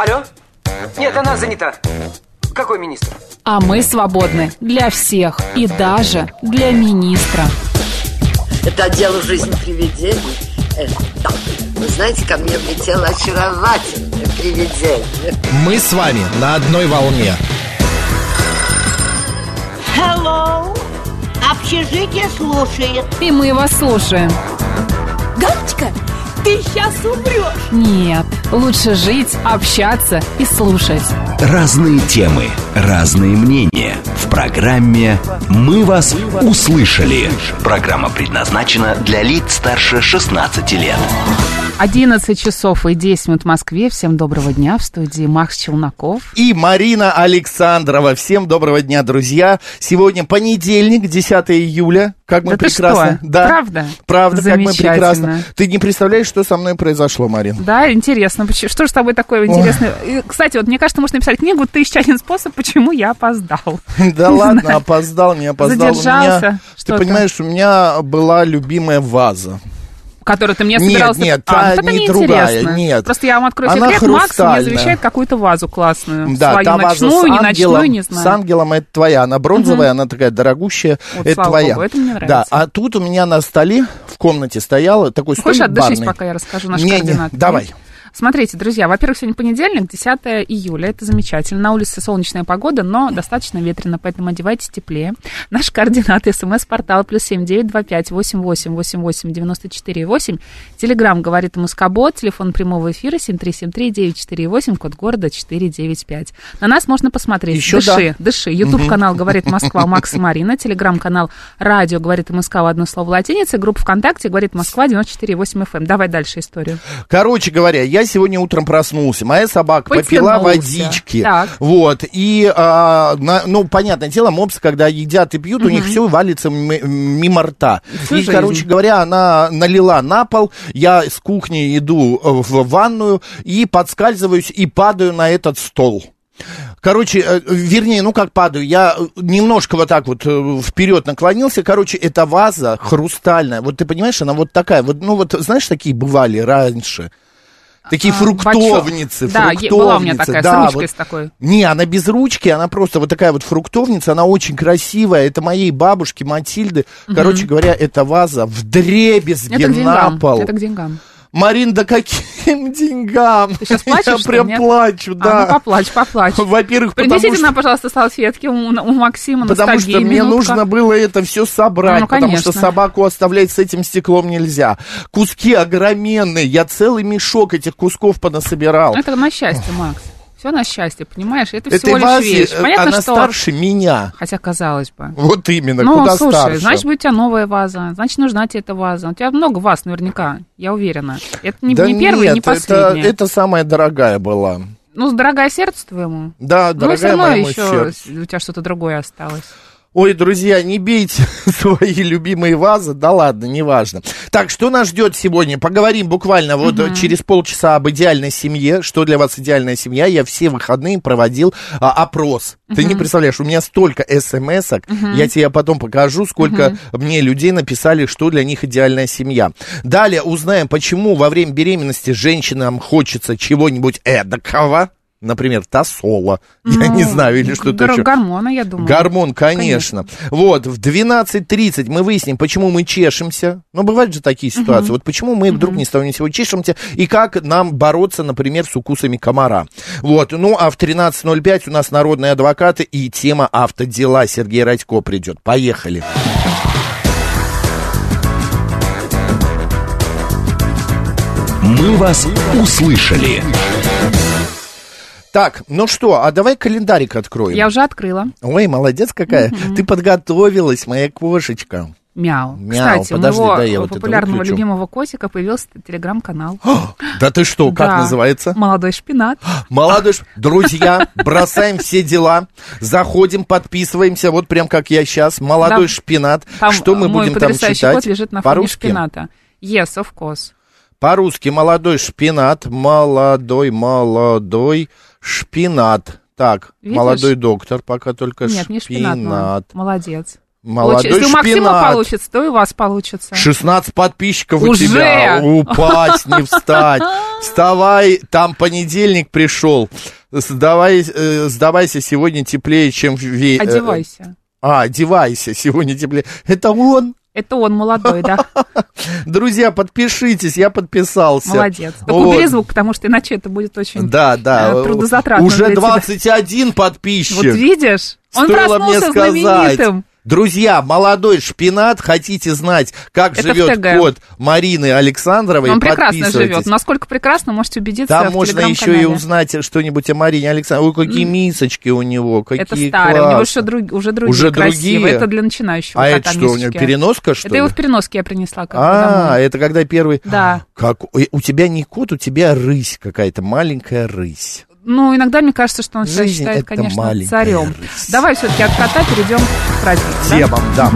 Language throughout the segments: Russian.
Алло? Нет, она занята. Какой министр? А мы свободны для всех и даже для министра. Это отдел «Жизнь привидений». Да. Вы знаете, ко мне влетело очаровательное привидение. Мы с вами на одной волне. Hello. Общежитие слушает. И мы вас слушаем. Галочка, ты сейчас умрешь. Нет, лучше жить, общаться и слушать. Разные темы, разные мнения. В программе «Мы вас услышали». Программа предназначена для лиц старше 16 лет. 11 часов и 10 минут в Москве. Всем доброго дня. В студии Макс Челноков И Марина Александрова. Всем доброго дня, друзья. Сегодня понедельник, 10 июля. Как мы прекрасно. Что? Да. Правда? Правда, как мы прекрасно. Ты не представляешь, что со мной произошло, Марин? Да, интересно. Что же с тобой такое интересное? Кстати, вот мне кажется, можно написать книгу «1001 способ, почему я опоздал». Да ладно, опоздал, не опоздал. Задержался. Ты понимаешь, у меня была любимая ваза. Которую ты мне собирался... Нет, не другая, нет. Просто я вам открою секрет, Макс мне завещает какую-то вазу классную. Да, свою та ночную, ваза не ночную, не знаю. С ангелом это твоя, она бронзовая, она такая дорогущая, вот, это твоя. Богу, это мне нравится. Да, а тут у меня на столе в комнате стоял такой столик барный. Хочешь, отдышись, пока я расскажу наши координаты? Давай. Смотрите, друзья, во-первых, сегодня понедельник, 10 июля, это замечательно. На улице солнечная погода, но достаточно ветрено, поэтому одевайтесь теплее. Наши координаты: смс-портал +7 925 88 88 94 8. Телеграм «Говорит МСК-бот», телефон прямого эфира 7373948, код города 495. На нас можно посмотреть. Еще Дыши. Ютуб-канал «Говорит Москва» Макс и Марина, телеграм-канал «Радио Говорит МСК» в одно слово латиницей, группа ВКонтакте «Говорит Москва» 94,8 FM. Давай дальше историю. Короче говоря, я сегодня утром проснулся, моя собака попила водички. Так. Вот, и, понятное дело, мопсы, когда едят и пьют, у них все валится мимо рта. Всю жизнь. Короче говоря, она налила на пол, я с кухни иду в ванную и подскальзываюсь и падаю на этот стол. Короче, вернее, как падаю, я немножко вот так вот вперед наклонился, короче, эта ваза хрустальная, вот ты понимаешь, она вот такая, знаешь, такие бывали раньше. Такие фруктовницы. Да, была у меня такая, с ручкой с такой. Не, она без ручки, она просто вот такая вот фруктовница, она очень красивая. Это моей бабушки Матильды. Короче говоря, эта ваза вдребезги на пол. Это к деньгам. Марин, да каким деньгам? Ты сейчас плачешь, я прям плачу, да. Поплачь. Во-первых, принесите нам, пожалуйста, салфетки у Максима. Потому что мне нужно было это все собрать, потому что собаку оставлять с этим стеклом нельзя. Куски огроменные, я целый мешок этих кусков понасобирал. Это на счастье, Макс. Все на счастье, понимаешь? Это всего лишь вещь. Понятно, она что... старше меня. Хотя, казалось бы. Вот именно, куда слушай, старше. Значит, будет у тебя новая ваза, значит, нужна тебе эта ваза. У тебя много ваз наверняка, я уверена. Это не первая, не последняя. Это самая дорогая была. Дорогое сердце твоему. Да, дорогая моему сердцу. У тебя что-то другое осталось. Ой, друзья, не бейте свои любимые вазы, да ладно, неважно. Так, что нас ждет сегодня? Поговорим буквально через полчаса об идеальной семье. Что для вас идеальная семья? Я все выходные проводил опрос. Ты не представляешь, у меня столько смс-ок, я тебе потом покажу, сколько мне людей написали, что для них идеальная семья. Далее узнаем, почему во время беременности женщинам хочется чего-нибудь эдакого. Например, тосола, я не знаю, или что-то еще. Гормона, я думаю. Гормон, конечно. Вот, в 12:30 мы выясним, почему мы чешемся. Бывают же такие ситуации. Вот почему мы вдруг ни с того ни с сего чешемся, и как нам бороться, например, с укусами комара. Вот, а в 13:05 у нас народные адвокаты и тема автодела. Сергей Радько придет. Поехали. Мы вас услышали. Так, а давай календарик откроем. Я уже открыла. Ой, молодец какая. Ты подготовилась, моя кошечка. Мяу. Мяу. Кстати, у моего популярного любимого котика появился телеграм-канал. Да ты что, как называется? «Молодой шпинат». Друзья, бросаем все дела, заходим, подписываемся, вот прям как я сейчас. «Молодой шпинат». Что мы будем там читать? Мой потрясающий кот лежит на фоне шпината. Yes, of course. По-русски «молодой шпинат», молодой шпинат. Так, видишь? Молодой доктор, пока только Нет, не шпинат. Молодец. Молодой Если у Максима шпинат. получится, то и у вас получится. 16 подписчиков у Уже? тебя. Упасть, не встать. Вставай, там понедельник пришел. Сдавайся, сегодня теплее, чем... Одевайся. Одевайся, сегодня теплее. Это он? Это он молодой, да. Друзья, подпишитесь, я подписался. Молодец. Только убери звук, потому что иначе это будет очень трудозатратно. Уже 21 подписчик. Вот видишь? Он Стоило мне проснулся сказать. знаменитым. Друзья, молодой шпинат, хотите знать, как Это живет ФТГ. кот Марины Александровой, Он прекрасно подписывайтесь. живет. Насколько прекрасно, можете убедиться Там в можно еще и телеграм-канале. узнать что-нибудь о Марине Александровой. Ой, какие мисочки у него, какие Это старые, у него уже другие Уже красивые. другие? Это для начинающего А кота это что, у него мисочки. переноска, что Это ли? его в переноске я принесла. Домой. Это когда первый... Да. Как... У тебя не кот, у тебя рысь какая-то, маленькая рысь. Ну, иногда мне кажется, что он себя Жизнь считает, это конечно, маленькая царем. рысь. Давай все-таки от кота перейдем к празднику. да? Темам, да.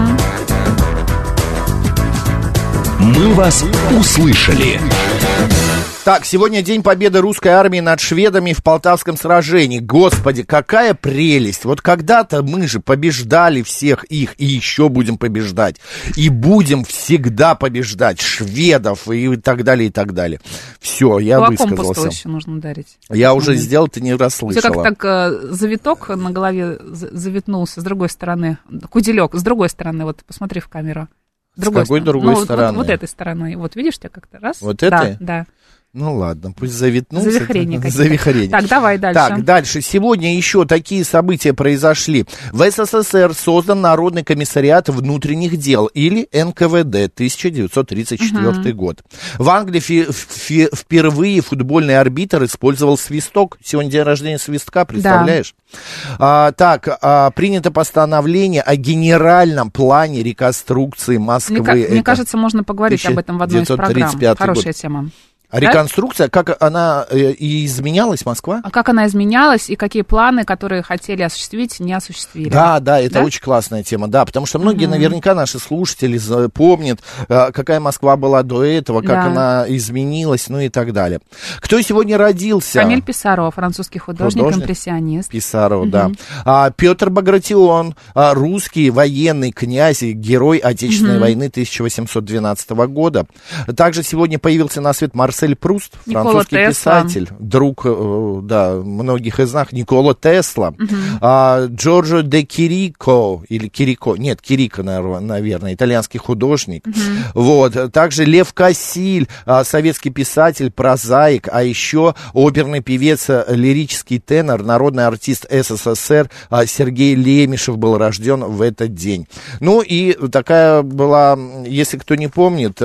«Мы вас услышали». Так, сегодня День Победы русской армии над шведами в Полтавском сражении. Господи, какая прелесть. Вот когда-то мы же побеждали всех их и еще будем побеждать. И будем всегда побеждать шведов и так далее, и так далее. Все, я Кулаком высказался. пустой еще нужно ударить. Я уже сделал, ты не расслышала. Все как так завиток на голове заветнулся с другой стороны. Куделек с другой стороны. Вот посмотри в камеру. С какой другой стороны? Вот этой стороной. Вот видишь, тебя как-то раз. Вот этой? Да. Ну ладно, пусть завитнулся. Завихрение какие-то. Завихрение. Так, давай дальше. Так, дальше. Сегодня еще такие события произошли. В СССР создан Народный комиссариат внутренних дел, или НКВД, 1934 год. В Англии впервые футбольный арбитр использовал свисток. Сегодня день рождения свистка, представляешь? Да. Принято постановление о генеральном плане реконструкции Москвы. Мне кажется, можно поговорить об этом в одной из программ. Хорошая тема. А реконструкция, как она и изменялась, Москва? А как она изменялась и какие планы, которые хотели осуществить, не осуществили? Да, это очень классная тема, да, потому что многие наверняка наши слушатели помнят, какая Москва была до этого, как она изменилась, ну и так далее. Кто сегодня родился? Камиль Писаро, французский художник, импрессионист. Писаро, да. Петр Багратион, русский военный князь и герой Отечественной войны 1812 года. Также сегодня появился на свет Марсель Пруст, французский писатель, друг, многих из нас, Никола Тесла, Джорджо де Кирико, Кирико, наверное, итальянский художник, вот, также Лев Кассиль, советский писатель, прозаик, а еще оперный певец, лирический тенор, народный артист СССР Сергей Лемешев был рожден в этот день. Ну и такая была, если кто не помнит,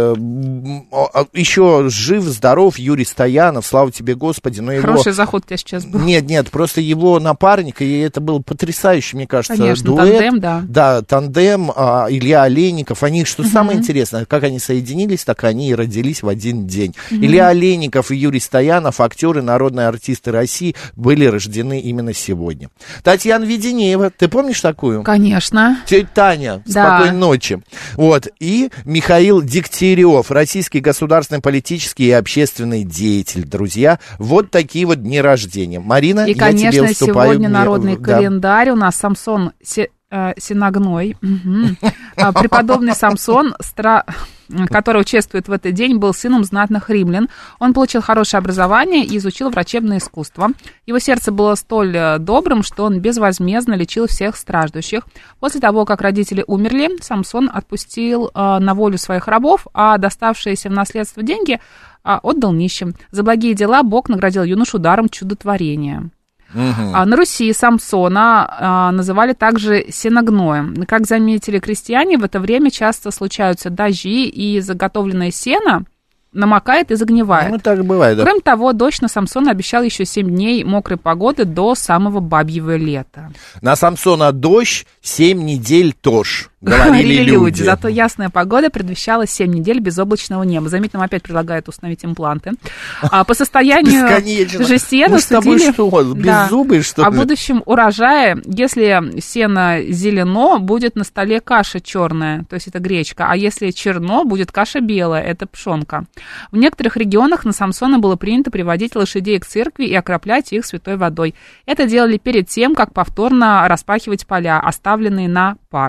еще жив, здоров Юрий Стоянов, слава тебе, Господи. Но Хороший заход у тебя сейчас был. Нет, просто его напарник, и это был потрясающий, мне кажется, конечно, дуэт. тандем, да. Да, тандем, Илья Олейников. Они, что самое интересное, как они соединились, так они и родились в один день. Илья Олейников и Юрий Стоянов, актеры, народные артисты России, были рождены именно сегодня. Татьяна Веденеева, ты помнишь такую? Конечно. Тетя Таня, Да. спокойной ночи. Вот. И Михаил Дегтярев, российский государственный, политический и общественный деятель, друзья. Вот такие вот дни рождения. Марина, И, я конечно, тебе уступаю. сегодня народный календарь. У нас Самсон Синагной. Преподобный Самсон, который участвует в этот день, был сыном знатных римлян. Он получил хорошее образование и изучил врачебное искусство. Его сердце было столь добрым, что он безвозмездно лечил всех страждущих. После того, как родители умерли, Самсон отпустил на волю своих рабов, а доставшиеся в наследство деньги отдал нищим. За благие дела Бог наградил юношу даром чудотворения. На Руси Самсона называли также сеногноем. Как заметили крестьяне, в это время часто случаются дожди, и заготовленное сено намокает и загнивает. Ну, так бывает, да. Кроме того, дождь на Самсона обещал еще 7 дней мокрой погоды до самого бабьего лета. На Самсона дождь, 7 недель тож, говорили люди. Зато ясная погода предвещала 7 недель безоблачного неба. Заметь, нам опять предлагают установить импланты. По состоянию же сена судили... что, беззубые, что ли? О будущем урожае, если сено зелено, будет на столе каша черная, то есть это гречка, а если черно, будет каша белая, это пшенка. В некоторых регионах на Самсона было принято приводить лошадей к церкви и окроплять их святой водой. Это делали перед тем, как повторно распахивать поля, оставленные на пар.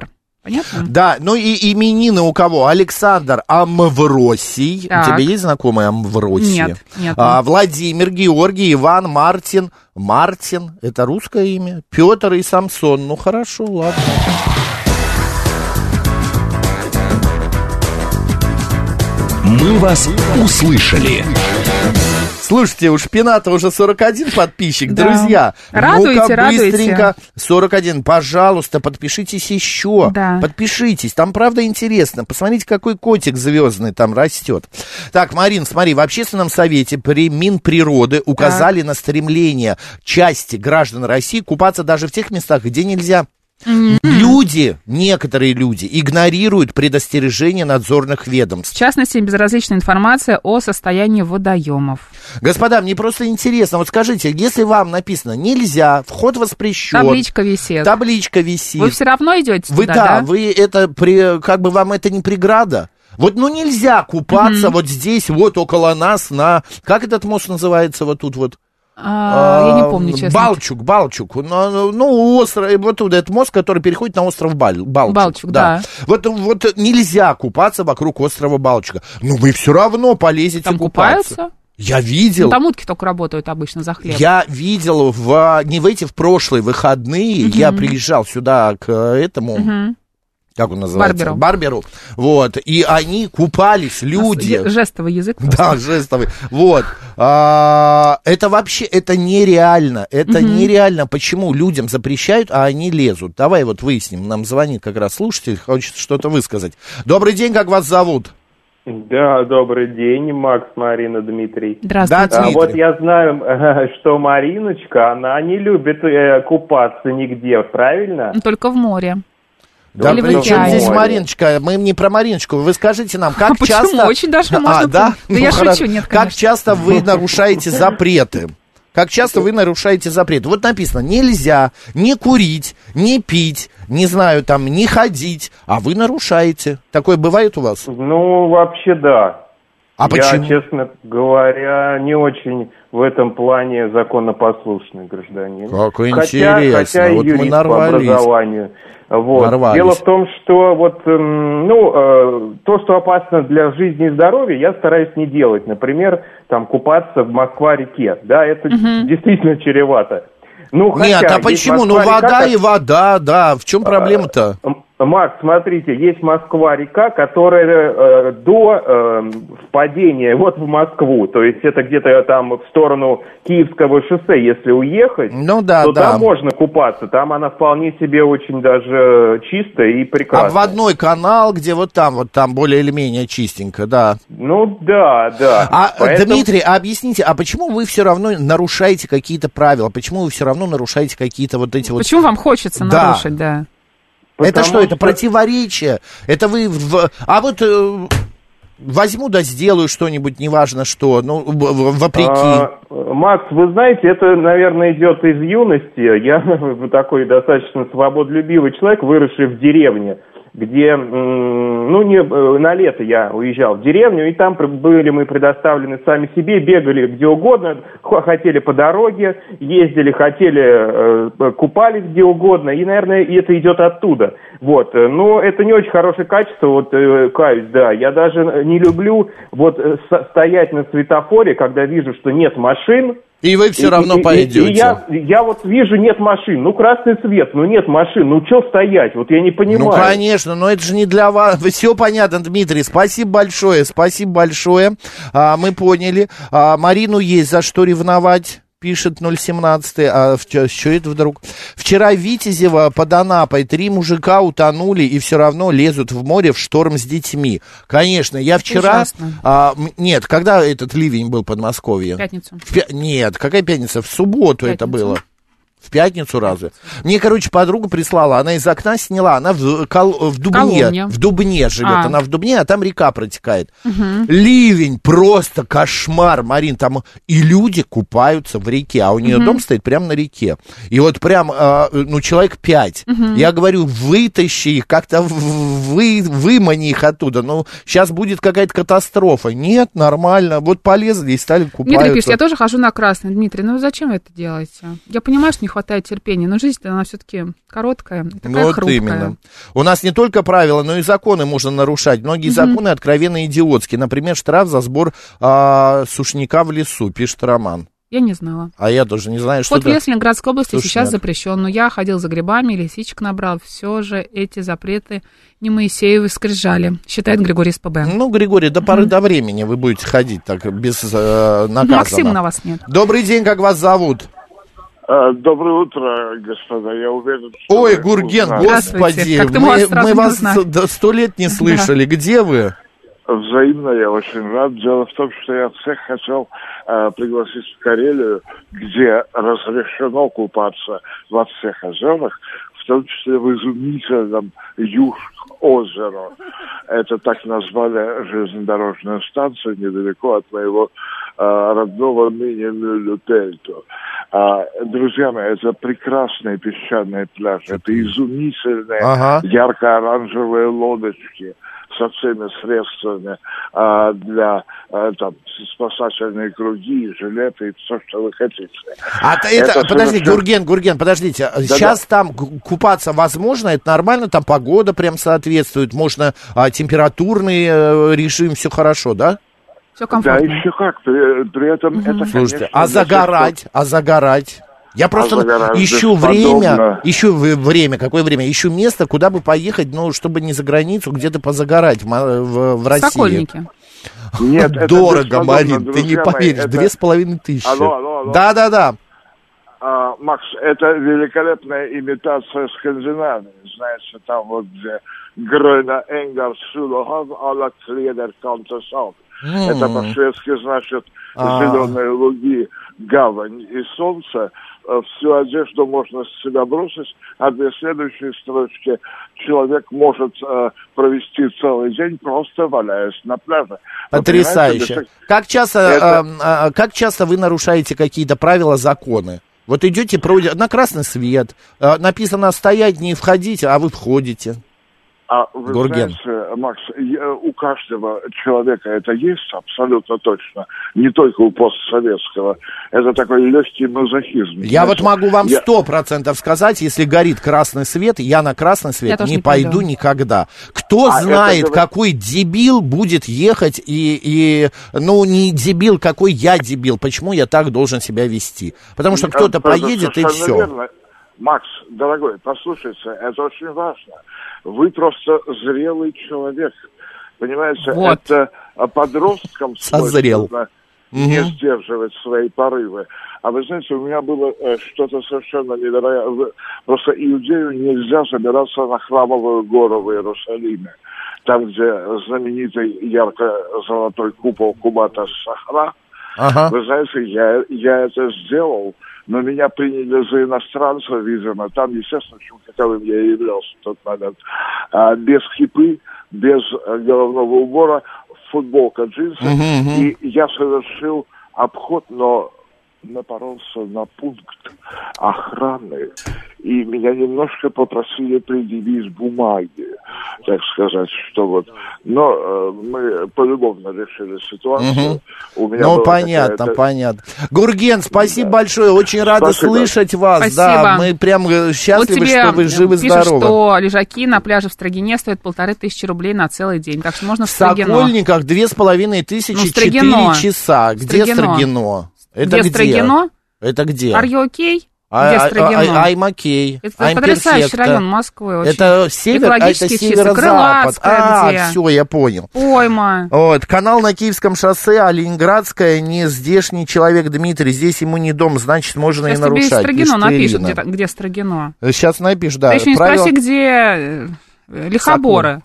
Понятно? Да, ну и именины у кого? Александр Амвросий. Так. У тебя есть знакомый Амвросий? Нет. Владимир, Георгий, Иван, Мартин. Мартин, это русское имя. Петр и Самсон. Ну, хорошо, ладно. Мы вас услышали. Слушайте, у Шпината уже 41 подписчик, Да. друзья. Радуйте, Ну-ка, радуйте. быстренько. 41, пожалуйста, подпишитесь еще. Да. Подпишитесь, там правда интересно. Посмотрите, какой котик звездный там растет. Так, Марин, смотри, в общественном совете при Минприроды указали на стремление части граждан России купаться даже в тех местах, где нельзя. Люди, некоторые люди, игнорируют предостережения надзорных В ведомств. частности, безразличная информация о состоянии водоемов. Господа, мне просто интересно, вот скажите, если вам написано нельзя, вход воспрещен, Табличка висит. табличка висит, Вы все равно идете вы, туда, да, да? вы это, как бы вам это не преграда? Вот, ну, нельзя купаться вот здесь, вот около нас, как этот мост называется вот тут вот? Я не помню, честно. Балчук. Ну, остров, вот тут этот мост, который переходит на остров Балчук. Балчук, да. Вот нельзя купаться вокруг острова Балчука. Но вы все равно полезете Там купаться. купаются? Я видел. Ну, там утки только работают обычно за хлеб. Я видел в прошлые выходные, я приезжал сюда к этому... Как он называется? Барберу. Вот. И они купались, люди. Жестовый язык просто. Да, жестовый. Вот. Это вообще, это нереально. Это нереально. Почему людям запрещают, а они лезут? Давай вот выясним. Нам звонит как раз слушатель, хочет что-то высказать. Добрый день, как вас зовут? Да, добрый день, Макс, Марина, Дмитрий. Здравствуйте. Да, Дмитрий. Вот я знаю, что Мариночка, она не любит купаться нигде, правильно? Только в море. Да, Или в при чем океане. здесь Мариночка? Мы не про Мариночку. Вы скажите нам, как Почему? часто... Очень даже можно. да? Да я хорошо. шучу, нет, Как конечно. часто вы нарушаете запреты? Как часто вы нарушаете запреты? Вот написано, нельзя не курить, не пить, не знаю, там, не ходить, а вы нарушаете. Такое бывает у вас? Ну, вообще да. А почему? Я, честно говоря, не очень в этом плане законопослушный гражданин. Как интересно. Хотя и Вот мы юрист по нарвались. образованию. Вот. Нарвались. Дело в том, что вот, то, что опасно для жизни и здоровья, я стараюсь не делать. Например, там купаться в Москва-реке. Да, это действительно чревато. Ну, Нет, хотя а почему? есть Ну, Москва-река, вода как- и вода, да. В чем проблема-то? Макс, смотрите, есть Москва-река, которая до впадения вот в Москву, то есть это где-то там в сторону Киевского шоссе, если уехать, Ну да, то да. там можно купаться, там она вполне себе очень даже чистая и прекрасная. Обводной канал, где вот там более или менее чистенько, да. Ну да. Поэтому- Дмитрий, а объясните, а почему вы все равно нарушаете какие-то правила? Почему вы все равно нарушаете какие-то вот эти вот... Почему вам хочется Да. нарушить, да? Это Потому что, это противоречие? Это вы... А вот возьму да сделаю что-нибудь, неважно что, ну, вопреки. Макс, вы знаете, это, наверное, идет из юности. Я такой достаточно свободолюбивый человек, выросший в деревне, где, на лето я уезжал в деревню, и там были мы предоставлены сами себе, бегали где угодно, хотели по дороге, ездили, купались где угодно, и, наверное, это идет оттуда. Вот, но это не очень хорошее качество, вот, каюсь, да, я даже не люблю вот стоять на светофоре, когда вижу, что нет машин. И вы все равно пойдете. И я вот вижу, нет машин, ну красный свет, ну нет машин, ну что стоять, вот я не понимаю. Ну, конечно, но это же не для вас. Все понятно, Дмитрий, спасибо большое. Мы поняли. Марину есть за что ревновать. Пишет 017, что это вдруг? Вчера в Витязево под Анапой 3 мужика утонули и все равно лезут в море в шторм с детьми. Конечно, я вчера... Нет, когда этот ливень был в Подмосковье? В пятницу. Нет, какая пятница? В субботу это было. В пятницу разве? Мне, подруга прислала, она из окна сняла, она в Дубне живет, она в Дубне, а там река протекает. Ливень, просто кошмар, Марин, там и люди купаются в реке, а у нее дом стоит прямо на реке. И вот прям, человек 5. Я говорю, вытащи их, как-то вымани их оттуда, сейчас будет какая-то катастрофа. Нет, нормально, вот полезли и стали купаться. Дмитрий пишет, я тоже хожу на красный. Дмитрий, зачем вы это делаете? Я понимаю, что не хватает терпения. Но жизнь-то, она все-таки короткая, такая вот хрупкая. именно. У нас не только правила, но и законы можно нарушать. Многие законы откровенно идиотские. Например, штраф за сбор сушняка в лесу, пишет Роман. Я не знала. А я тоже не знаю, что Ход в лес в Ленинградской области Сушняк. сейчас запрещен. Но я ходил за грибами, лисичек набрал. Все же эти запреты не Моисеевы скрижали, считает Григорий СПБ. Ну, Григорий, до поры до времени вы будете ходить так без наказа. Максима на вас нет. Добрый день, как вас зовут? Доброе утро, господа. Я уверен, что... Ой, Гурген, господи, Как-то мы вас сразу мы не вас узнали. 100 лет не слышали. Где вы? Взаимно, я очень рад. Дело в том, что я всех хотел пригласить в Карелию, где разрешено купаться во всех озерах, в том числе в изумительном Юж-озеро. Это так назвали железнодорожную станцию недалеко от моего родного Мини-Мюллю-Пельту. Друзья мои, это прекрасные песчаные пляжи, это изумительные ярко-оранжевые лодочки со всеми средствами для спасательные круги, жилеты и все, что вы хотите. Подождите, Гурген, подождите. Сейчас там купаться возможно? Это нормально? Там погода прям соответствует? Можно температурный режим, все хорошо, да? Все комфортно. Да, еще как. При этом это, слушайте, конечно... а загорать? Я просто ищу время, какое время? Ищу место, куда бы поехать, ну, чтобы не за границу, где-то позагорать в России. Сокольники. Нет, это дорого, Марин, ты не поверишь, 2500. Алло. Да. Макс, это великолепная имитация Скандинавии. Знаете, там вот где Грöna ängar, Sulahav, alla kläder kantas av. Это по-шведски значит зеленые луги, гавань и солнце. Всю одежду можно с себя бросить, а для следующей строчки человек может провести целый день, просто валяясь на пляже. Потрясающе. Как часто вы нарушаете какие-то правила, законы? Вот идете на красный свет, написано стоять, не входить, а вы входите. Вы Гурген. знаете, Макс, у каждого человека это есть абсолютно точно, не только у постсоветского. Это такой легкий мазохизм. Я вот могу вам 100% сказать, если горит красный свет, я на красный свет не пойду никогда. Кто знает, какой дебил будет ехать ну, не дебил, какой я дебил, почему я так должен себя вести? Потому что кто-то поедет и все. Верно. Макс, дорогой, послушайте, это очень важно. Вы просто зрелый человек. Понимаете, это подросткам свойственно не сдерживать свои порывы. А вы знаете, у меня было что-то совершенно невероятное. Просто иудею нельзя забираться на храмовую гору в Иерусалиме. Там, где знаменитый ярко-золотой купол Кубата Сахара. Вы знаете, я это сделал. Но меня приняли за иностранца, видимо. Там, естественно, каковым я и являлся в тот момент. Без кипы, без головного убора, футболка, джинсы. И я совершил обход, но напоролся на пункт охраны. И меня немножко попросили предъявить бумаги, так сказать, что вот. Но мы полюбовно решили ситуацию. У меня понятно. Гурген, спасибо большое, очень рада слышать вас. Спасибо. Да, мы прям счастливы, что вы живы-здоровы. Пишут, что лежаки на пляже в Строгине стоят 1500 рублей на целый день, так что можно в Строгино. В Сокольниках 2500, 4 часа. Где Строгино? Это где? Строгино? Это где? Are you okay? Где Строгино? I'm okay. Это потрясающий район Москвы. Очень это север, а это северо-запад. Все, я понял. Пойма. Вот, канал на Киевском шоссе, а Ленинградская, не здешний человек Дмитрий. Здесь ему не дом, значит, можно сейчас и нарушать. Сейчас тебе Строгино напишут, где Строгино. Сейчас напишешь, да. Ты еще не спроси, где Лихоборы.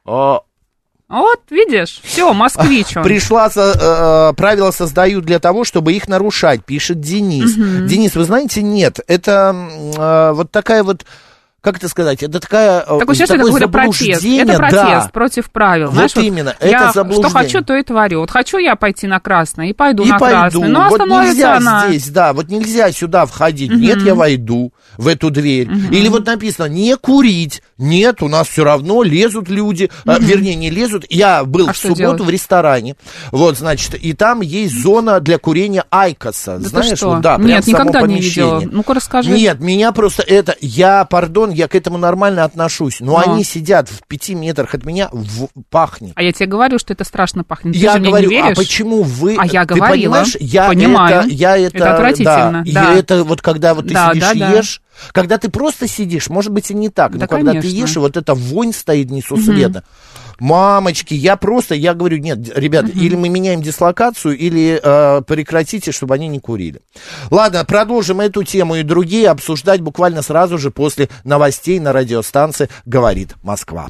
Вот, видишь, все, москвич он. Правила создают для того, чтобы их нарушать, пишет Денис. Денис, вы знаете, нет, это вот такая вот как это сказать, это такое протест. Это протест против правил. Вот знаешь, именно, это заблуждение. Что хочу, то и творю. Вот хочу я пойти на красное, и пойду на красное. Но вот нельзя здесь, да, вот нельзя сюда входить. Нет, я войду в эту дверь. Или вот написано, не курить. Нет, у нас все равно лезут люди, вернее, не лезут. Я был в субботу в ресторане, вот, значит, и там есть зона для курения айкоса. Да знаешь, вот, да, нет, никогда не видела. Ну-ка расскажи. Нет, меня просто это, я к этому нормально отношусь, но они сидят в 5 метрах от меня, пахнет. А я тебе говорю, что это страшно пахнет. Я говорю, мне не веришь? А почему вы... А я говорила, понимаешь, понимаю, это отвратительно. Да. Это вот когда вот ты сидишь, ешь, когда ты просто сидишь, может быть, и не так, но когда ты ешь, и вот эта вонь стоит несу света. Мамочки, я говорю, нет, ребят, или мы меняем дислокацию, или прекратите, чтобы они не курили. Ладно, продолжим эту тему и другие обсуждать буквально сразу же после новостей на радиостанции «Говорит Москва».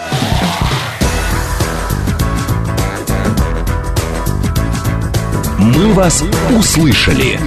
Мы вас услышали.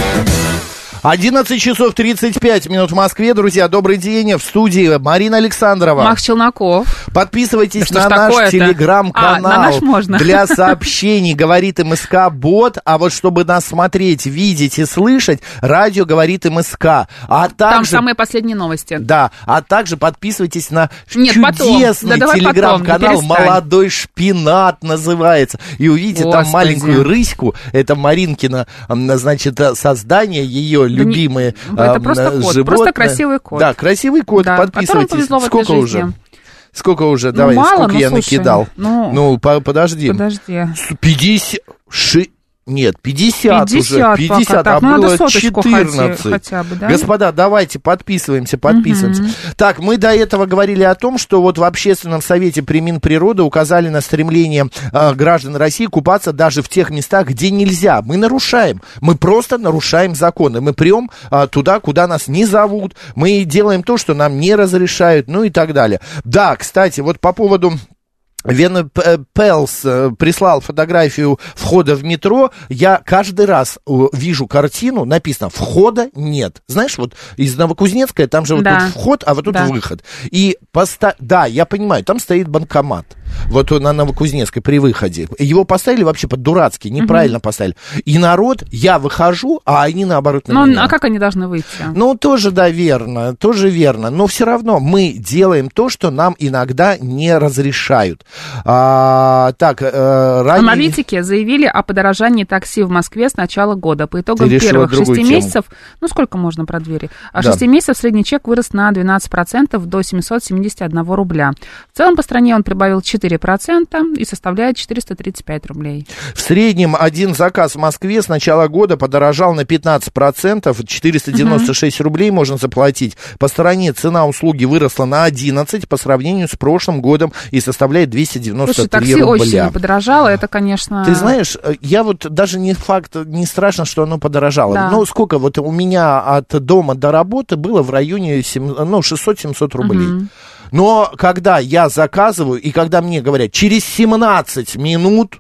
11 часов 35 минут в Москве. Друзья, добрый день. В студии Марина Александрова. Макс Челноков. Подписывайтесь на наш телеграм-канал для сообщений. Говорит МСК Бот. А вот чтобы нас смотреть, видеть и слышать, радио Говорит МСК. А также, там самые последние новости. Да. А также подписывайтесь на чудесный телеграм-канал «Молодой шпинат» называется. И увидите там маленькую рыську. Это Маринкина, значит, создание ее любимые это просто кот, животные. Просто красивый кот. Да, красивый кот, да, подписывайтесь. Сколько уже? Сколько уже? Давай, мало, сколько я накидал? Подожди. 50... Нет, 50 уже, 50, так, а было 14. Хотя бы, да? Господа, давайте подписываемся. Так, мы до этого говорили о том, что вот в Общественном совете при Минприроды указали на стремление граждан России купаться даже в тех местах, где нельзя. Мы нарушаем, мы просто нарушаем законы. Мы прем туда, куда нас не зовут, мы делаем то, что нам не разрешают, ну и так далее. Да, кстати, вот по поводу... Вена Пелс прислал фотографию входа в метро. Я каждый раз вижу картину, написано «Входа нет». Знаешь, вот из Новокузнецкой, там же вот тут вход, а вот тут выход. И да, я понимаю, там стоит банкомат. Вот на Новокузнецкой при выходе. Его поставили вообще по-дурацки, неправильно поставили. И народ, я выхожу, а они наоборот на меня. А как они должны выйти? Ну, тоже, да, верно, тоже верно. Но все равно мы делаем то, что нам иногда не разрешают. Аналитики заявили о подорожании такси в Москве с начала года. По итогам первых 6 месяцев, ну сколько можно про двери? 6 месяцев средний чек вырос на 12% до 771 рубля. В целом по стране он прибавил 4% и составляет 435 рублей. В среднем один заказ в Москве с начала года подорожал на 15%, 496 рублей можно заплатить. По стране цена услуги выросла на 11% по сравнению с прошлым годом и составляет 293 Слушай, такси рубля. Очень сильно подорожало, это, конечно... Ты знаешь, я вот даже не факт, не страшно, что оно подорожало. Да. Ну, сколько вот у меня от дома до работы было в районе 600-700 рублей. Но когда я заказываю, и когда мне говорят, через 17 минут,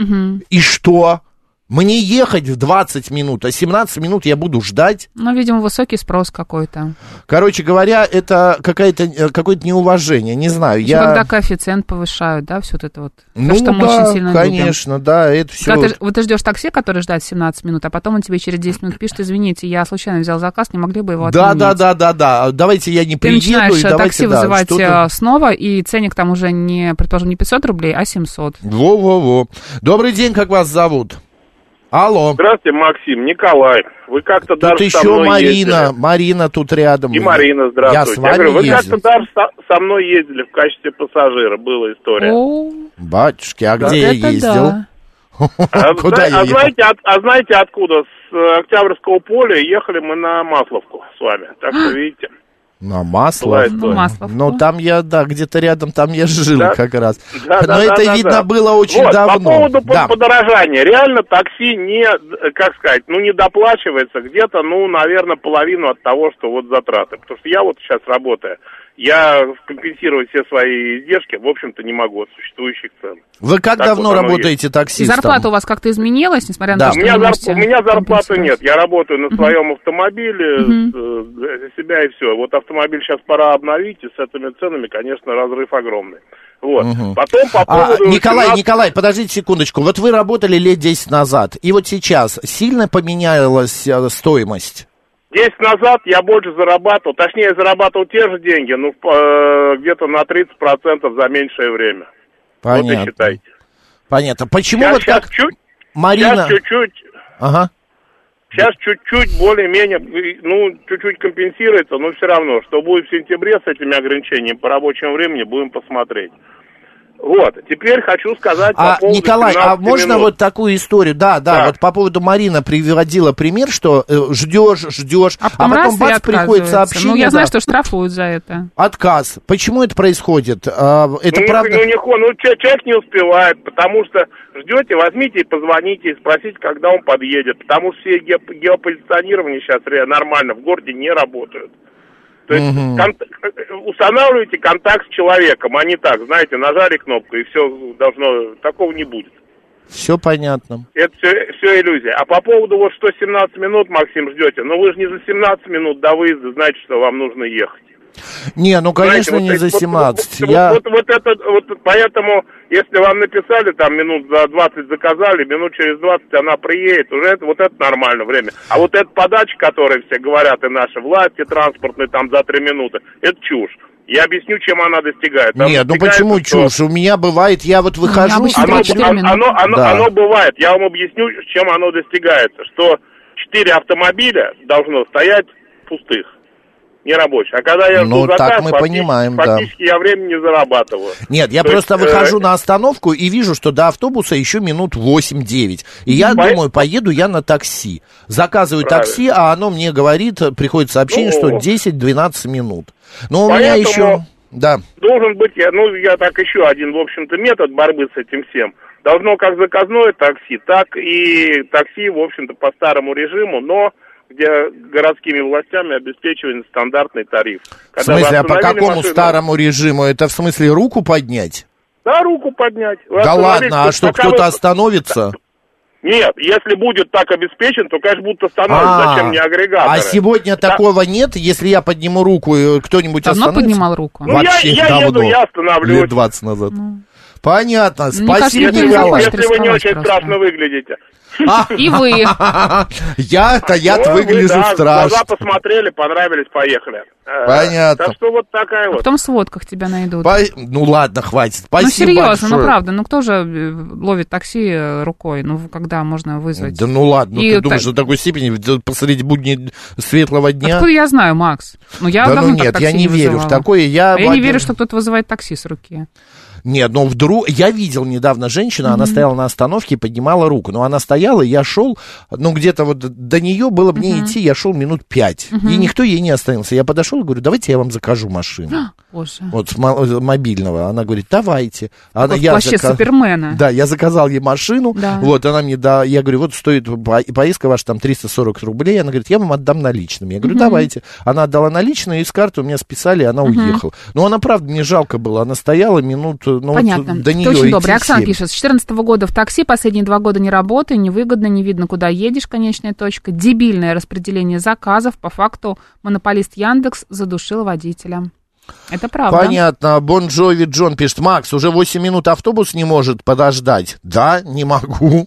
и что? Мне ехать в 20 минут, а 17 минут я буду ждать. Ну, видимо, высокий спрос какой-то. Короче говоря, это какое-то неуважение, не знаю. Когда коэффициент повышают, да, все это вот. Ну, что мы очень сильно конечно, любим. Да, это все. Вот ты ждешь такси, который ждать 17 минут, а потом он тебе через 10 минут пишет, извините, я случайно взял заказ, не могли бы его отменить? Да, давайте я не приеду. Ты начинаешь такси вызывать снова, и ценник там уже, предположим, не 500 рублей, а 700. Во-во-во. Добрый день, как вас зовут? Алло. Здравствуйте, Максим, Николай. Вы как-то тут даже еще со мной Марина, Марина тут рядом. И Марина, здравствуйте. Я с вами говорю, вы ездил. как-то даже со мной ездили в качестве пассажира, была история. Батюшки, а где я ездил? Куда я ехал? Знаете откуда? С Октябрьского поля ехали мы на Масловку с вами, так что видите. На Масловку. Ну, там я, где-то рядом, там я жил как раз. Но это, видно, было очень давно. По поводу подорожания. Реально такси не доплачивается где-то, наверное, половину от того, что вот затраты. Потому что я вот сейчас работаю. Я компенсировать все свои издержки, в общем-то, не могу от существующих цен. Вы как давно работаете таксистом? Зарплата у вас как-то изменилась, несмотря на то, что у меня зарплаты нет. Я работаю на своем автомобиле, для себя и все. Вот автомобиль сейчас пора обновить, и с этими ценами, конечно, разрыв огромный. Вот. Потом по поводу... Николай, подождите секундочку. Вот вы работали лет 10 назад, и вот сейчас сильно поменялась стоимость? 10 назад я больше зарабатывал, точнее, зарабатывал те же деньги, ну, где-то на 30% за меньшее время. Понятно. Вот и считайте. Понятно. Почему сейчас Марина... Сейчас чуть-чуть... Ага. Сейчас чуть-чуть более-менее, ну, чуть-чуть компенсируется, но все равно, что будет в сентябре с этими ограничениями по рабочему времени, будем посмотреть. Вот, теперь хочу сказать по поводу Николай, можно минут. вот такую историю? Да, вот по поводу Марина приводила пример, что ждешь, а потом бац, приходит сообщение. Ну, я знаю, что штрафуют за это. Отказ. Почему это происходит? Это правда? Человек не успевает, потому что ждете, возьмите и позвоните, и спросите, когда он подъедет, потому что все геопозиционирования сейчас нормально в городе не работают. То есть устанавливайте контакт с человеком, а не так, знаете, нажали кнопку, и все должно, такого не будет. Все понятно. Это все иллюзия. А по поводу вот что 17 минут, Максим, ждете, ну вы же не за 17 минут до выезда знаете, что вам нужно ехать. Не, ну, конечно, знаете, не за 17. Поэтому, если вам написали, там, минут за 20 заказали, минут через 20 она приедет, уже вот это нормальное время. А вот эта подача, которой все говорят, и наши власти транспортные, там, за 3 минуты, это чушь. Я объясню, чем она достигает. Нет, ну почему чушь? У меня бывает, я вот выхожу... Оно бывает. Я вам объясню, чем оно достигается. Что 4 автомобиля должно стоять пустых. Нерабочий. А когда я жду заказ, фактически я времени не зарабатываю. Нет, я просто выхожу на остановку и вижу, что до автобуса еще минут 8-9. И я думаю, поеду я на такси. Заказываю такси, а оно мне говорит, приходит сообщение, что 10-12 минут. Но у меня еще... Да. Должен быть, я так еще один, в общем-то, метод борьбы с этим всем. Должно как заказное такси, так и такси, в общем-то, по старому режиму, но... где городскими властями обеспечивается стандартный тариф. В смысле, а по какому старому режиму? Это в смысле руку поднять? Да, руку поднять. Да ладно, а что, кто-то остановится? Нет, если будет так обеспечен, то, конечно, будут останавливаться. Зачем мне агрегаторы? А сегодня такого нет? Если я подниму руку, и кто-нибудь остановится? Давно поднимал руку? Вообще я еду, я остановлюсь. Лет 20 назад. Понятно, спасибо, Николай. Если вы не очень страшно выглядите. И вы. Я выгляжу страшно. Глаза посмотрели, понравились, поехали. Понятно. Так что вот такая вот. Потом в сводках тебя найдут. Ну ладно, хватит. Спасибо серьезно, большое. правда, кто же ловит такси рукой? Когда можно вызвать? Да ну ладно, ты думаешь, до такой степени посреди будней светлого дня? Откуда я знаю, Макс? Я давно так такси я не верю в такое. Я не верю, что кто-то вызывает такси с руки. Нет, но вдруг... Я видел недавно женщину, она стояла на остановке и поднимала руку. Но она стояла, и я шел, где-то вот до нее было мне идти, я шел минут 5. И никто ей не остановился. Я подошел и говорю, давайте я вам закажу машину. Боже. Вот с мобильного. Она говорит, давайте. Вообще Супермена. Да, я заказал ей машину. Да. Вот, она мне я говорю, вот стоит поездка ваша там 340 рублей. Она говорит, я вам отдам наличными. Я говорю, давайте. Она отдала наличные, и с карты у меня списали, и она уехала. Но она, правда, мне жалко было. Она стояла минут... Понятно. Вот до нее ты очень добрый. Оксана пишет, с 2014 года в такси, последние 2 года не работаю, невыгодно, не видно, куда едешь, конечная точка. Дебильное распределение заказов. По факту монополист Яндекс задушил водителя. Это правда. Понятно. Бон Джови Джон пишет, Макс, уже 8 минут автобус не может подождать. Да, не могу.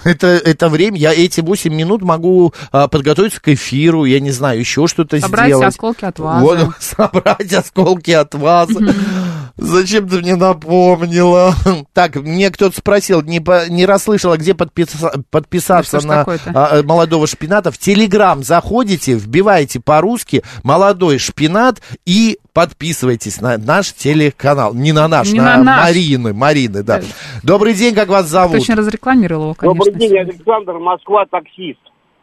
Это время, я эти 8 минут могу подготовиться к эфиру, я не знаю, еще что-то собрать сделать. Осколки от вазы. Вот, собрать осколки от вазы. Зачем ты мне напомнила? Так, мне кто-то спросил, не расслышала, где подписаться на молодого шпината. В Телеграм заходите, вбиваете по-русски «молодой шпинат» и подписывайтесь на наш телеканал. Не на наш, на Марины, да. Добрый день, как вас зовут? Ты очень разрекламировал его, конечно. Добрый день, Александр, Москва, таксист.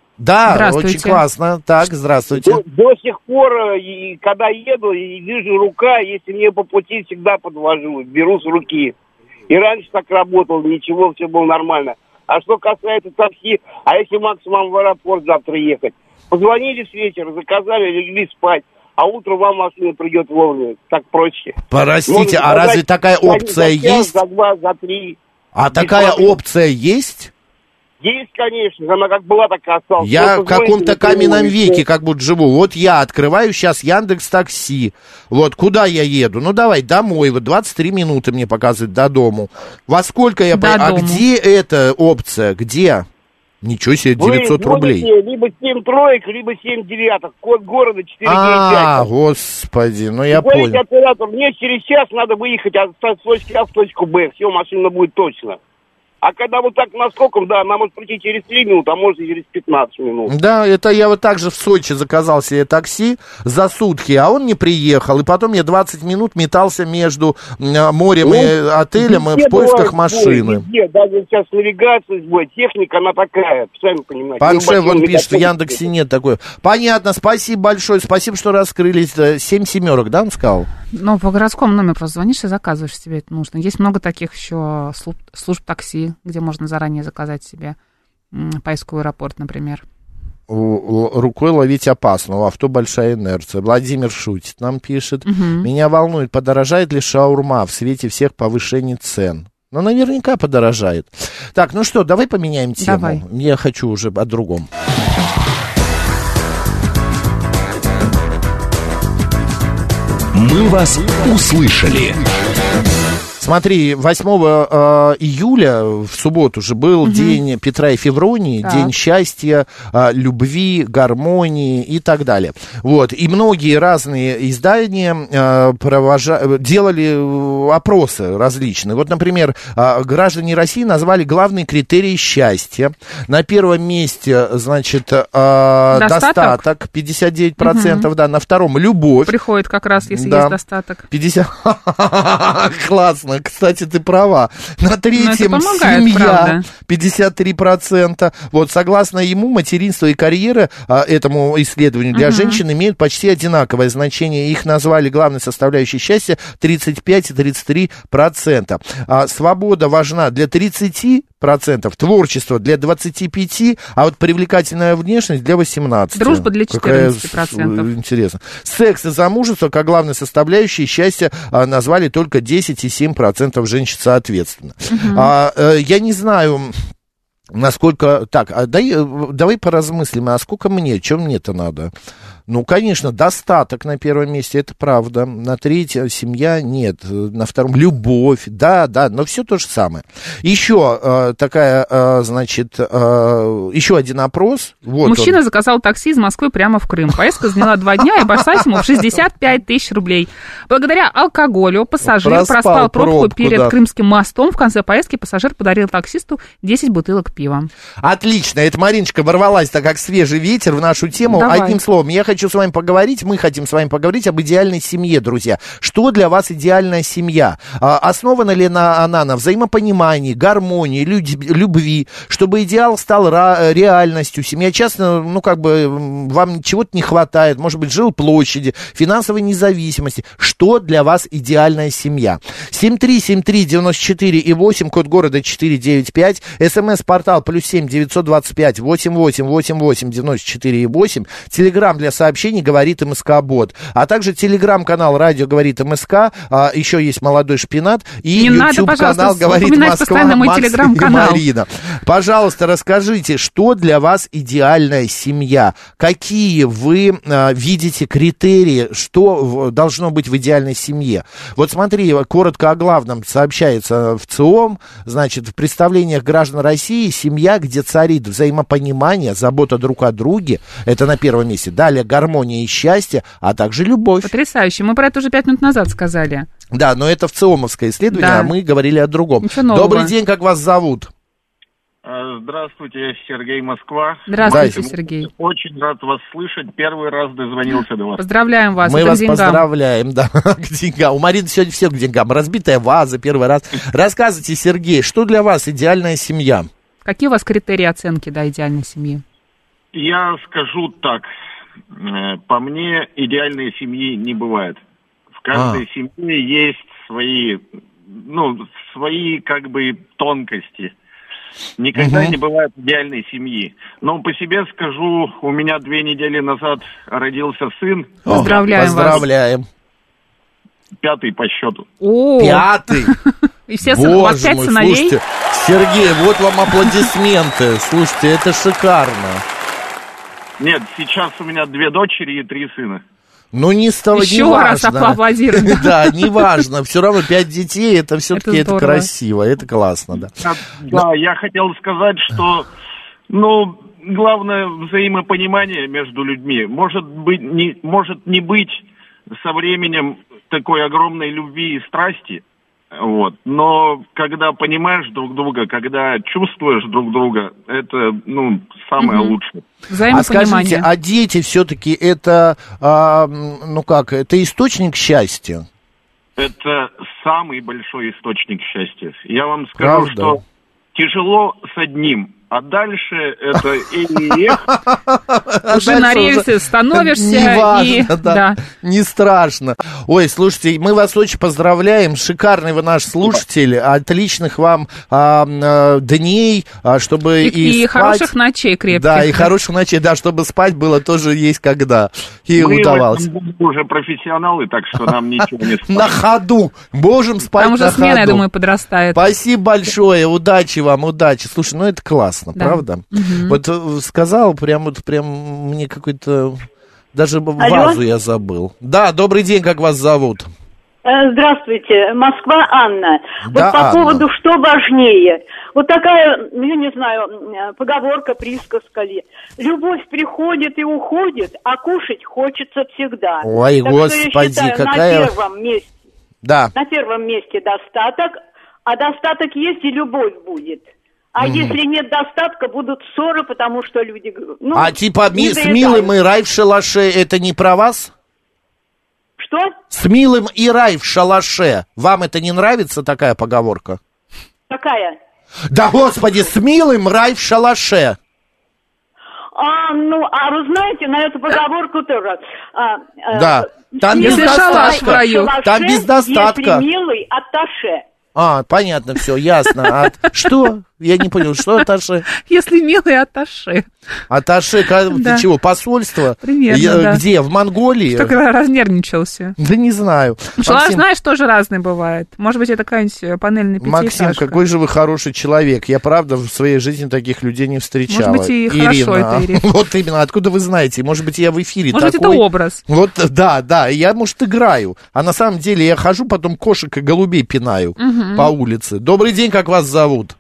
Да, очень классно. Так, здравствуйте. До сих пор, когда еду и вижу рука, если мне по пути, всегда подвожу, беру с руки. И раньше так работал, ничего, все было нормально. А что касается такси, а если максимум в аэропорт завтра ехать? Позвонили с вечера, заказали, легли спать. А утром вам машина придет вовремя. Так проще. Простите, а разве такая опция есть? За 2, за 3. А такая опция есть? Есть, конечно, она как была, так и осталась. Я в каком-то каменном веке как будто живу. Вот я открываю сейчас Яндекс.Такси. Вот куда я еду? Ну, давай, домой. Вот 23 минуты мне показывает до дому. Во сколько я... А где эта опция? Где? Ничего себе, 900 рублей. Либо 7 троек, либо 7 девяток. Код города 495. Господи, ну я понял. Оператор, мне через час надо выехать от точки А в точку Б. Все, машина будет точно. А когда вот так наскоком, да, она может прийти через 3 минуты, а может и через 15 минут. Да, это я вот так же в Сочи заказал себе такси за сутки, а он не приехал. И потом я 20 минут метался между морем и отелем и в поисках машины. Везде, даже сейчас навигация сбой, техника, она такая, сами понимаете. Паншев вон пишет, в Яндексе нет такой. Понятно, спасибо большое, спасибо, что раскрылись. 7 семерок, да, он сказал? Ну, по городскому номеру просто звонишь и заказываешь, себе это нужно. Есть много таких еще служб такси, где можно заранее заказать себе поездку в аэропорт, например. Рукой ловить опасно, у авто большая инерция. Владимир шутит, нам пишет. Меня волнует, подорожает ли шаурма в свете всех повышений цен. Ну, наверняка подорожает. Так, ну что, давай поменяем тему. Давай. Я хочу уже о другом. Мы вас услышали. Смотри, 8 июля, в субботу же был день Петра и Февронии, день счастья, любви, гармонии и так далее. Вот, и многие разные издания делали опросы различные. Вот, например, граждане России назвали главные критерии счастья. На первом месте, значит, достаток 59%, да, на втором любовь. Приходит как раз, если есть достаток. 50. Классно. Кстати, ты права. На третьем семья, 53%. Вот, согласно ему, материнство и карьера, этому исследованию, для женщин имеют почти одинаковое значение. Их назвали главной составляющей счастья 35 и 33%. Свобода важна для 30%, творчество для 25%, а вот привлекательная внешность для 18%. Дружба для 14%. Интересно. Секс и замужество, как главной составляющей счастья, назвали только 10 и 7% женщин соответственно. Я не знаю, насколько... Так, давай поразмыслим, а сколько мне, чем мне-то надо? Ну, конечно, достаток на первом месте, это правда. На третьем семья нет. На втором любовь, да, но все то же самое. Еще такая, значит, еще один опрос. Вот мужчина он. заказал такси из Москвы прямо в Крым. Поездка заняла 2 дня и обошлась ему в 65 тысяч рублей. Благодаря алкоголю пассажир проспал пробку перед Крымским мостом. В конце поездки пассажир подарил таксисту 10 бутылок пива. Отлично, эта Мариночка ворвалась так как свежий ветер в нашу тему. Давай. Одним словом, я хочу с вами поговорить, мы хотим с вами поговорить об идеальной семье, друзья. Что для вас идеальная семья? Основана ли она на взаимопонимании, гармонии, любви, чтобы идеал стал реальностью? Семья часто, ну, как бы, вам чего-то не хватает, может быть, жилплощади, финансовой независимости. Что для вас идеальная семья? 7373948, код города 495, смс-портал +7 925 88 88 94 8, телеграм для сообщений «Говорит МСК-бот», а также телеграм-канал «Радио говорит МСК», еще есть «Молодой шпинат» и YouTube-канал «Говорит Москва», Макс и Марина. Пожалуйста, расскажите, что для вас идеальная семья? Какие вы видите критерии, что должно быть в идеальной семье? Вот смотри, коротко о главном сообщается в ЦИОМ, значит, в представлениях граждан России семья, где царит взаимопонимание, забота друг о друге, это на первом месте. Далее гармония и счастье, а также любовь. Потрясающе. Мы про это уже 5 минут назад сказали. Да, но это в ЦИОМовское исследование, да. А мы говорили о другом. Добрый день, как вас зовут? Здравствуйте, Сергей, Москва. Здравствуйте, Сергей. Очень рад вас слышать. Первый раз дозвонился до вас. Поздравляем вас. Мы вас поздравляем, да, к деньгам. У Марины сегодня все к деньгам. Разбитая ваза, первый раз. Рассказывайте, Сергей, что для вас идеальная семья? Какие у вас критерии оценки, да, идеальной семьи? Я скажу так. По мне, идеальной семьи не бывает. В каждой семье есть свои как бы тонкости. Никогда не бывает идеальной семьи. Но по себе скажу, у меня 2 недели назад родился сын. Поздравляем. 5-й по счету. 5-й? И все у вас 5 сыновей? Слушайте, Сергей, вот вам аплодисменты. Слушайте, это шикарно. Нет, сейчас у меня 2 дочери и 3 сына. Ну, не стало, еще не раз важно. аплодируем. Да, не важно. Все равно 5 детей, это все-таки это красиво, это классно, да. Да, я хотел сказать, что, главное взаимопонимание между людьми. Может не быть со временем такой огромной любви и страсти, вот. Но когда понимаешь друг друга, когда чувствуешь друг друга, это, самое лучшее. А скажите, а дети все-таки это, это источник счастья? Это самый большой источник счастья. Я вам скажу, что тяжело с одним, а дальше это уже на рельсы становишься. Неважно, да. Не страшно. Ой, слушайте, мы вас очень поздравляем. Шикарный вы наш слушатель. Отличных вам дней, чтобы и спать. Хороших ночей крепких. Да, и хороших ночей, да, чтобы спать было тоже есть когда. И мы удавалось. Мы уже профессионалы, так что нам ничего не спать. На ходу. Можем спать там на ходу. Там уже смена, я думаю, подрастает. Спасибо большое. Удачи вам, удачи. Слушай, это классно. Да. Правда? Угу. Вот сказал, прям мне какой-то... Даже вазу я забыл. Да, добрый день, как вас зовут? Здравствуйте, Москва, Анна. Да, вот по Анна. поводу, что важнее. Вот такая, я не знаю, поговорка, присказка ли. Любовь приходит и уходит, а кушать хочется всегда. Ой, так господи, что я считаю, какая... на первом месте. Да. На первом месте достаток, а достаток есть и любовь будет. А если нет достатка, будут ссоры, потому что люди... с милым и рай в шалаше, это не про вас? Что? С милым и рай в шалаше. Вам это не нравится, такая поговорка? Какая? Да, господи, с милым рай в шалаше. Вы знаете, на эту поговорку тоже... да, там без достатка. Там без достатка. Если милый, атташе. Понятно, все, ясно. Что? Я не понял, что атташе? Если милый атташе. Атташе, да. Чего, посольство? Примерно, да. Где, в Монголии? Что разнервничался? Да не знаю. Шалаш, знаешь, тоже разный бывает. Может быть, это какая-нибудь панельная пятиэтажка. Максим, какой же вы хороший человек. Я, правда, в своей жизни таких людей не встречала. Может быть, и Ирина, хорошо это, Ирина. Вот именно, откуда вы знаете? Может быть, я в эфире Может такой... быть, это образ. Вот, да, я, может, играю. А на самом деле я хожу, потом кошек и голубей пинаю по улице. Добрый день, как вас зовут?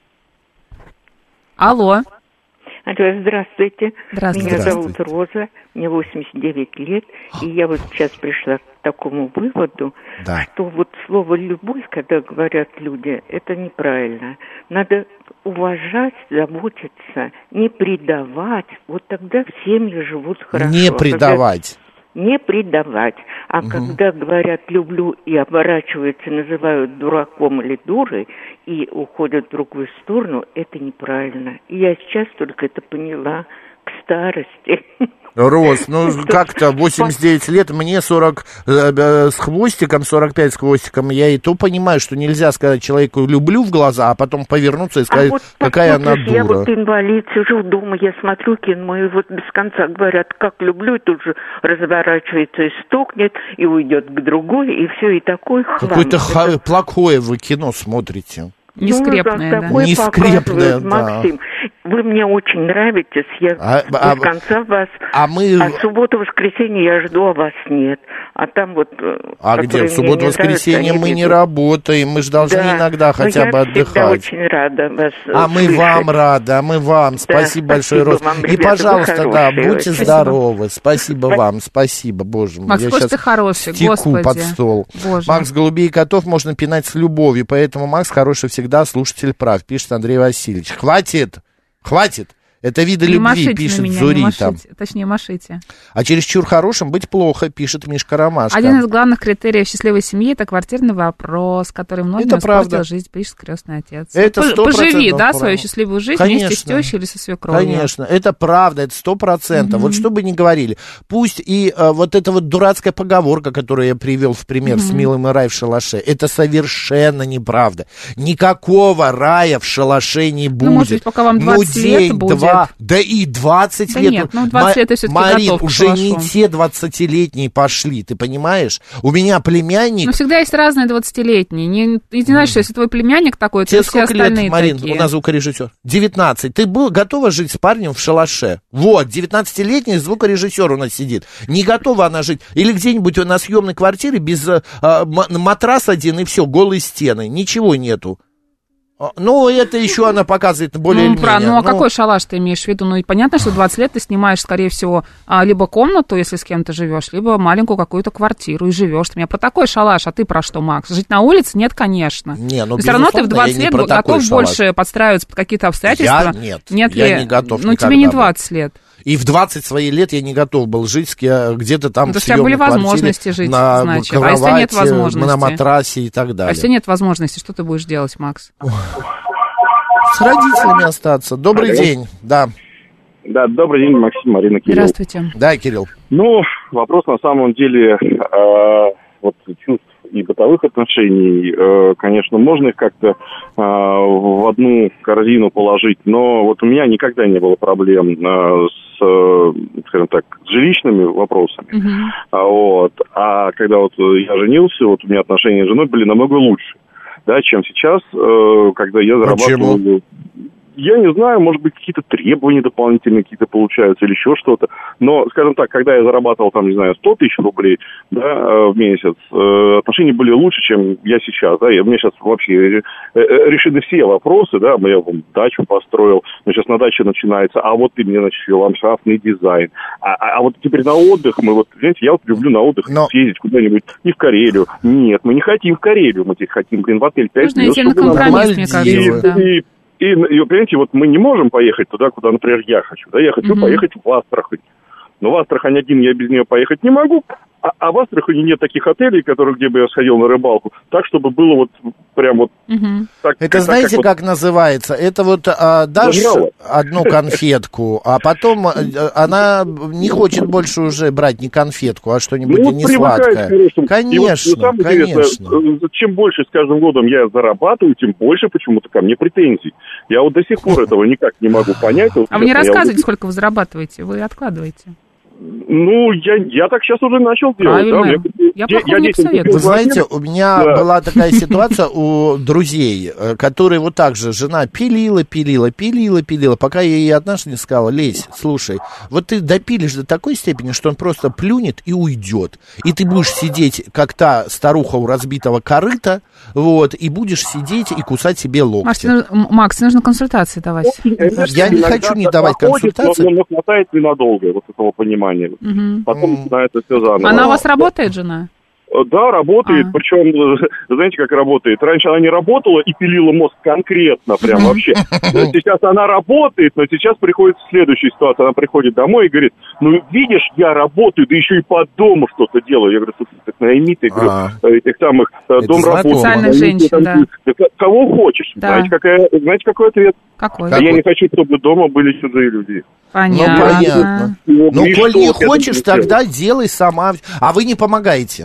Алло. Алло, здравствуйте. Здравствуйте. Меня зовут Роза, мне 89 лет, и я вот сейчас пришла к такому выводу, что вот слово «любовь», когда говорят люди, это неправильно. Надо уважать, заботиться, не предавать, вот тогда в семье живут хорошо. Не предавать. Не предавать. А когда говорят «люблю» и оборачиваются, называют дураком или дурой, и уходят в другую сторону, это неправильно. И я сейчас только это поняла к старости. Рос, как-то 89 лет, мне 40 с хвостиком, 45 с хвостиком, я и то понимаю, что нельзя сказать человеку «люблю» в глаза, а потом повернуться и сказать, какая она дура. Я вот инвалид, сижу дома, я смотрю кино, и вот без конца говорят, как люблю, и тут же разворачивается и стукнет, и уйдет к другой, и все, и такой хлам. Какое-то плохое вы кино смотрите. Нескрепное, да. Нескрепное, да. Максим, вы мне очень нравитесь, я без конца вас... А субботу-воскресенье я жду, а вас нет. А там вот... где? В субботу-воскресенье мы не работаем, мы же должны иногда хотя бы отдыхать. Я очень рада вас мы вам рады, мы вам. Спасибо большое, Рос. И, пожалуйста, будьте здоровы. Спасибо вам, спасибо, боже мой. Макс, какой ты хороший, господи. Под стол. Боже. Макс, голубей и котов можно пинать с любовью, поэтому Макс хороший всегда, слушатель прав, пишет Андрей Васильевич. Хватит! Это виды не любви, пишет Зури там. Точнее, машите. А чересчур хорошим быть плохо, пишет Мишка Ромашка. Один из главных критериев счастливой семьи — это квартирный вопрос, который многим испортил жизнь, пишет крестный отец. Это 100% Поживи, правда. Свою счастливую жизнь Конечно. Вместе с тещей или со свекровью. Конечно, это правда, это 100%. Вот что бы ни говорили. Пусть и вот эта вот дурацкая поговорка, которую я привел в пример с милым и рай в шалаше, это совершенно неправда. Никакого рая в шалаше не будет. Может быть, пока вам 20 лет будет. лет. Да и 20 да лет. Нет, 20 лет ты все-таки Марин, готов к уже шалашу. не те 20-летние пошли, ты понимаешь? У меня племянник... Но всегда есть разные 20-летние. Не знаешь, что если твой племянник такой, тебе то все сколько лет, остальные Марин, такие. у нас звукорежиссер? 19. Ты был готова жить с парнем в шалаше? Вот, 19-летний звукорежиссер у нас сидит. Не готова она жить. Или где-нибудь на съемной квартире без матрас один и все, голые стены. Ничего нету. Ну, это еще она показывает более или менее. Ну, а какой шалаш ты имеешь в виду? Ну, и понятно, что 20 лет ты снимаешь, скорее всего, либо комнату, если с кем-то живешь, либо маленькую какую-то квартиру и живешь. Ты меня про такой шалаш, а ты про что, Макс? Жить на улице? Нет, конечно. Не, ну, все равно ты в 20 лет готов больше подстраиваться под какие-то обстоятельства. Нет, я не готов. Ну, тебе не 20 лет. И в 20 свои лет я не готов был жить где-то там в съемной квартире. У тебя были возможности жить, на значит. Кровати, а если нет возможности? На матрасе и так далее. А если нет возможности, что ты будешь делать, Макс? С родителями остаться. Добрый день, да. Да, добрый день, Максим, Марина, Кирилл. Здравствуйте. Да, Кирилл. Ну, вопрос на самом деле вот чувств и бытовых отношений, конечно, можно их как-то в одну корзину положить, но вот у меня никогда не было проблем скажем так, с жилищными вопросами. Вот. А когда вот я женился, вот у меня отношения с женой были намного лучше, да, чем сейчас, когда я зарабатывал... Почему? Я не знаю, может быть, какие-то требования дополнительные какие-то получаются или еще что-то. Но, скажем так, когда я зарабатывал, там, не знаю, 100 тысяч рублей, да, в месяц, отношения были лучше, чем я сейчас, да. У меня сейчас вообще решены все вопросы, да. Я дачу построил, но сейчас на даче начинается, а вот ты мне, значит, ландшафтный дизайн. А вот теперь на отдых мы, вот, знаете, я вот люблю на отдых съездить куда-нибудь, не в Карелию. Нет, мы не хотим в Карелию, мы хотим, в отель 5 звезд. Нужно идти на компромисс, мне кажется, И, понимаете, вот мы не можем поехать туда, куда, например, я хочу. Да, я хочу поехать в Астрахань. Но в Астрахань один я без нее поехать не могу. А в Астрахани нет таких отелей, где бы я сходил на рыбалку, так, чтобы было вот прям вот... Так, это знаете, как называется? Это вот дашь одну конфетку, а потом она не хочет больше уже брать не конфетку, а что-нибудь не сладкое. Конечно, конечно. Чем больше с каждым годом я зарабатываю, тем больше почему-то ко мне претензий. Я вот до сих пор этого никак не могу понять. А вы не рассказываете, сколько вы зарабатываете? Вы откладываете? Ну, я так сейчас уже начал делать. Правильно. Да? Я не советую. Вы знаете, у меня была такая ситуация у друзей, которые вот так же, жена пилила, пока я ей однажды не сказала: Лесь, слушай, вот ты допилишь до такой степени, что он просто плюнет и уйдет. И ты будешь сидеть, как та старуха у разбитого корыта, вот, и будешь сидеть и кусать себе локти. Макс, нужно консультации давать. Я не хочу не давать консультации. Но хватает ненадолго вот этого понимания. Потом начинается все заново. Она у вас работает, жена? Да, работает, причем, знаете, как работает? Раньше она не работала и пилила мозг конкретно, прям вообще. Сейчас она работает, но сейчас приходит следующая ситуация. Она приходит домой и говорит: ну, видишь, я работаю, да еще и по дому что-то делаю. Я говорю: слушай, так найми ты, этих самых домработников. Специальных женщин, да. Кого хочешь. Да. Знаете, какой ответ? Какой? Я не хочу, чтобы дома были чужие люди. Понятно. Ну, понятно. Ну, коль не хочешь, тогда делай сама. А вы не помогаете?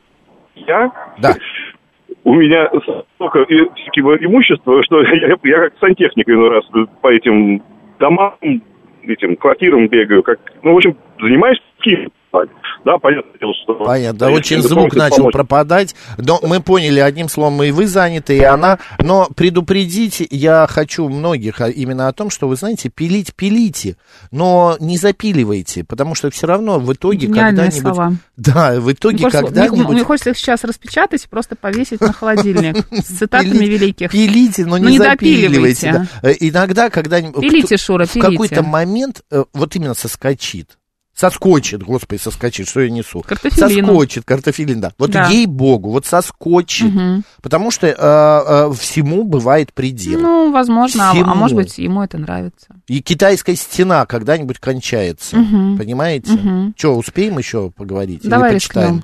Я? Да. У меня столько имущества, что я как сантехник иной раз по этим домам, этим квартирам бегаю. В общем, занимаюсь каким-то. Да, понятно. Понятно, очень звук начал пропадать, но мы поняли, одним словом, и вы заняты, и она, но предупредить я хочу многих именно о том, что, вы знаете, пилите, но не запиливайте, потому что все равно в итоге гениальные когда-нибудь... слова. Да, в итоге когда-нибудь... Мне хочется их сейчас распечатать и просто повесить на холодильник с цитатами великих. Пилите, но не запиливайте. Иногда, когда-нибудь... Пилите, Шура, пилите. В какой-то момент вот именно соскочит, господи, соскочит, что я несу? Картофелин. Соскочит, картофелин, да. Вот да. ей-богу, вот соскочит, потому что всему бывает предел. Ну, возможно, а может быть, ему это нравится. И китайская стена когда-нибудь кончается, понимаете? Что, успеем еще поговорить? Давай или почитаем?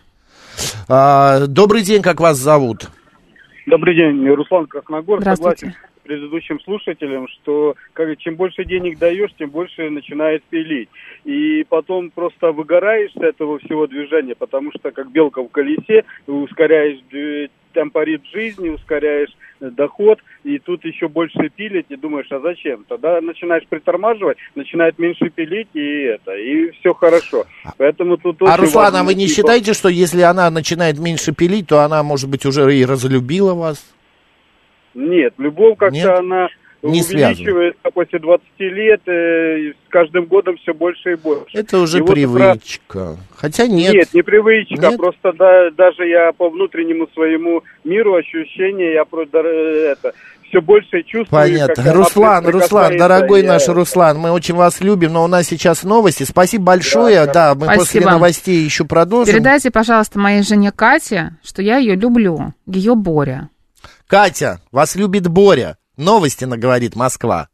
Добрый день, как вас зовут? Добрый день, Руслан Красногор. Согласен с предыдущим слушателем, что чем больше денег даешь, тем больше начинает пилить. И потом просто выгораешь с этого всего движения, потому что как белка в колесе, ускоряешь темпоритм жизни, ускоряешь доход, и тут еще больше пилить, и думаешь, а зачем? Тогда начинаешь притормаживать, начинает меньше пилить, и все хорошо. Поэтому тут Руслан, а вы не считаете, что если она начинает меньше пилить, то она, может быть, уже и разлюбила вас? Нет, любовь как-то она не увеличивается после 20 лет, с каждым годом все больше и больше. Это уже и привычка. Хотя нет. Нет, не привычка, нет? Просто даже я по внутреннему своему миру ощущения, я просто все больше чувствую. Понятно. Руслан, дорогой наш Руслан, мы очень вас любим, но у нас сейчас новости. Спасибо большое. Да, мы после новостей еще продолжим. Передайте, пожалуйста, моей жене Кате, что я ее люблю. Ее Боря. Катя, вас любит Боря. Новости на «Говорит Москва».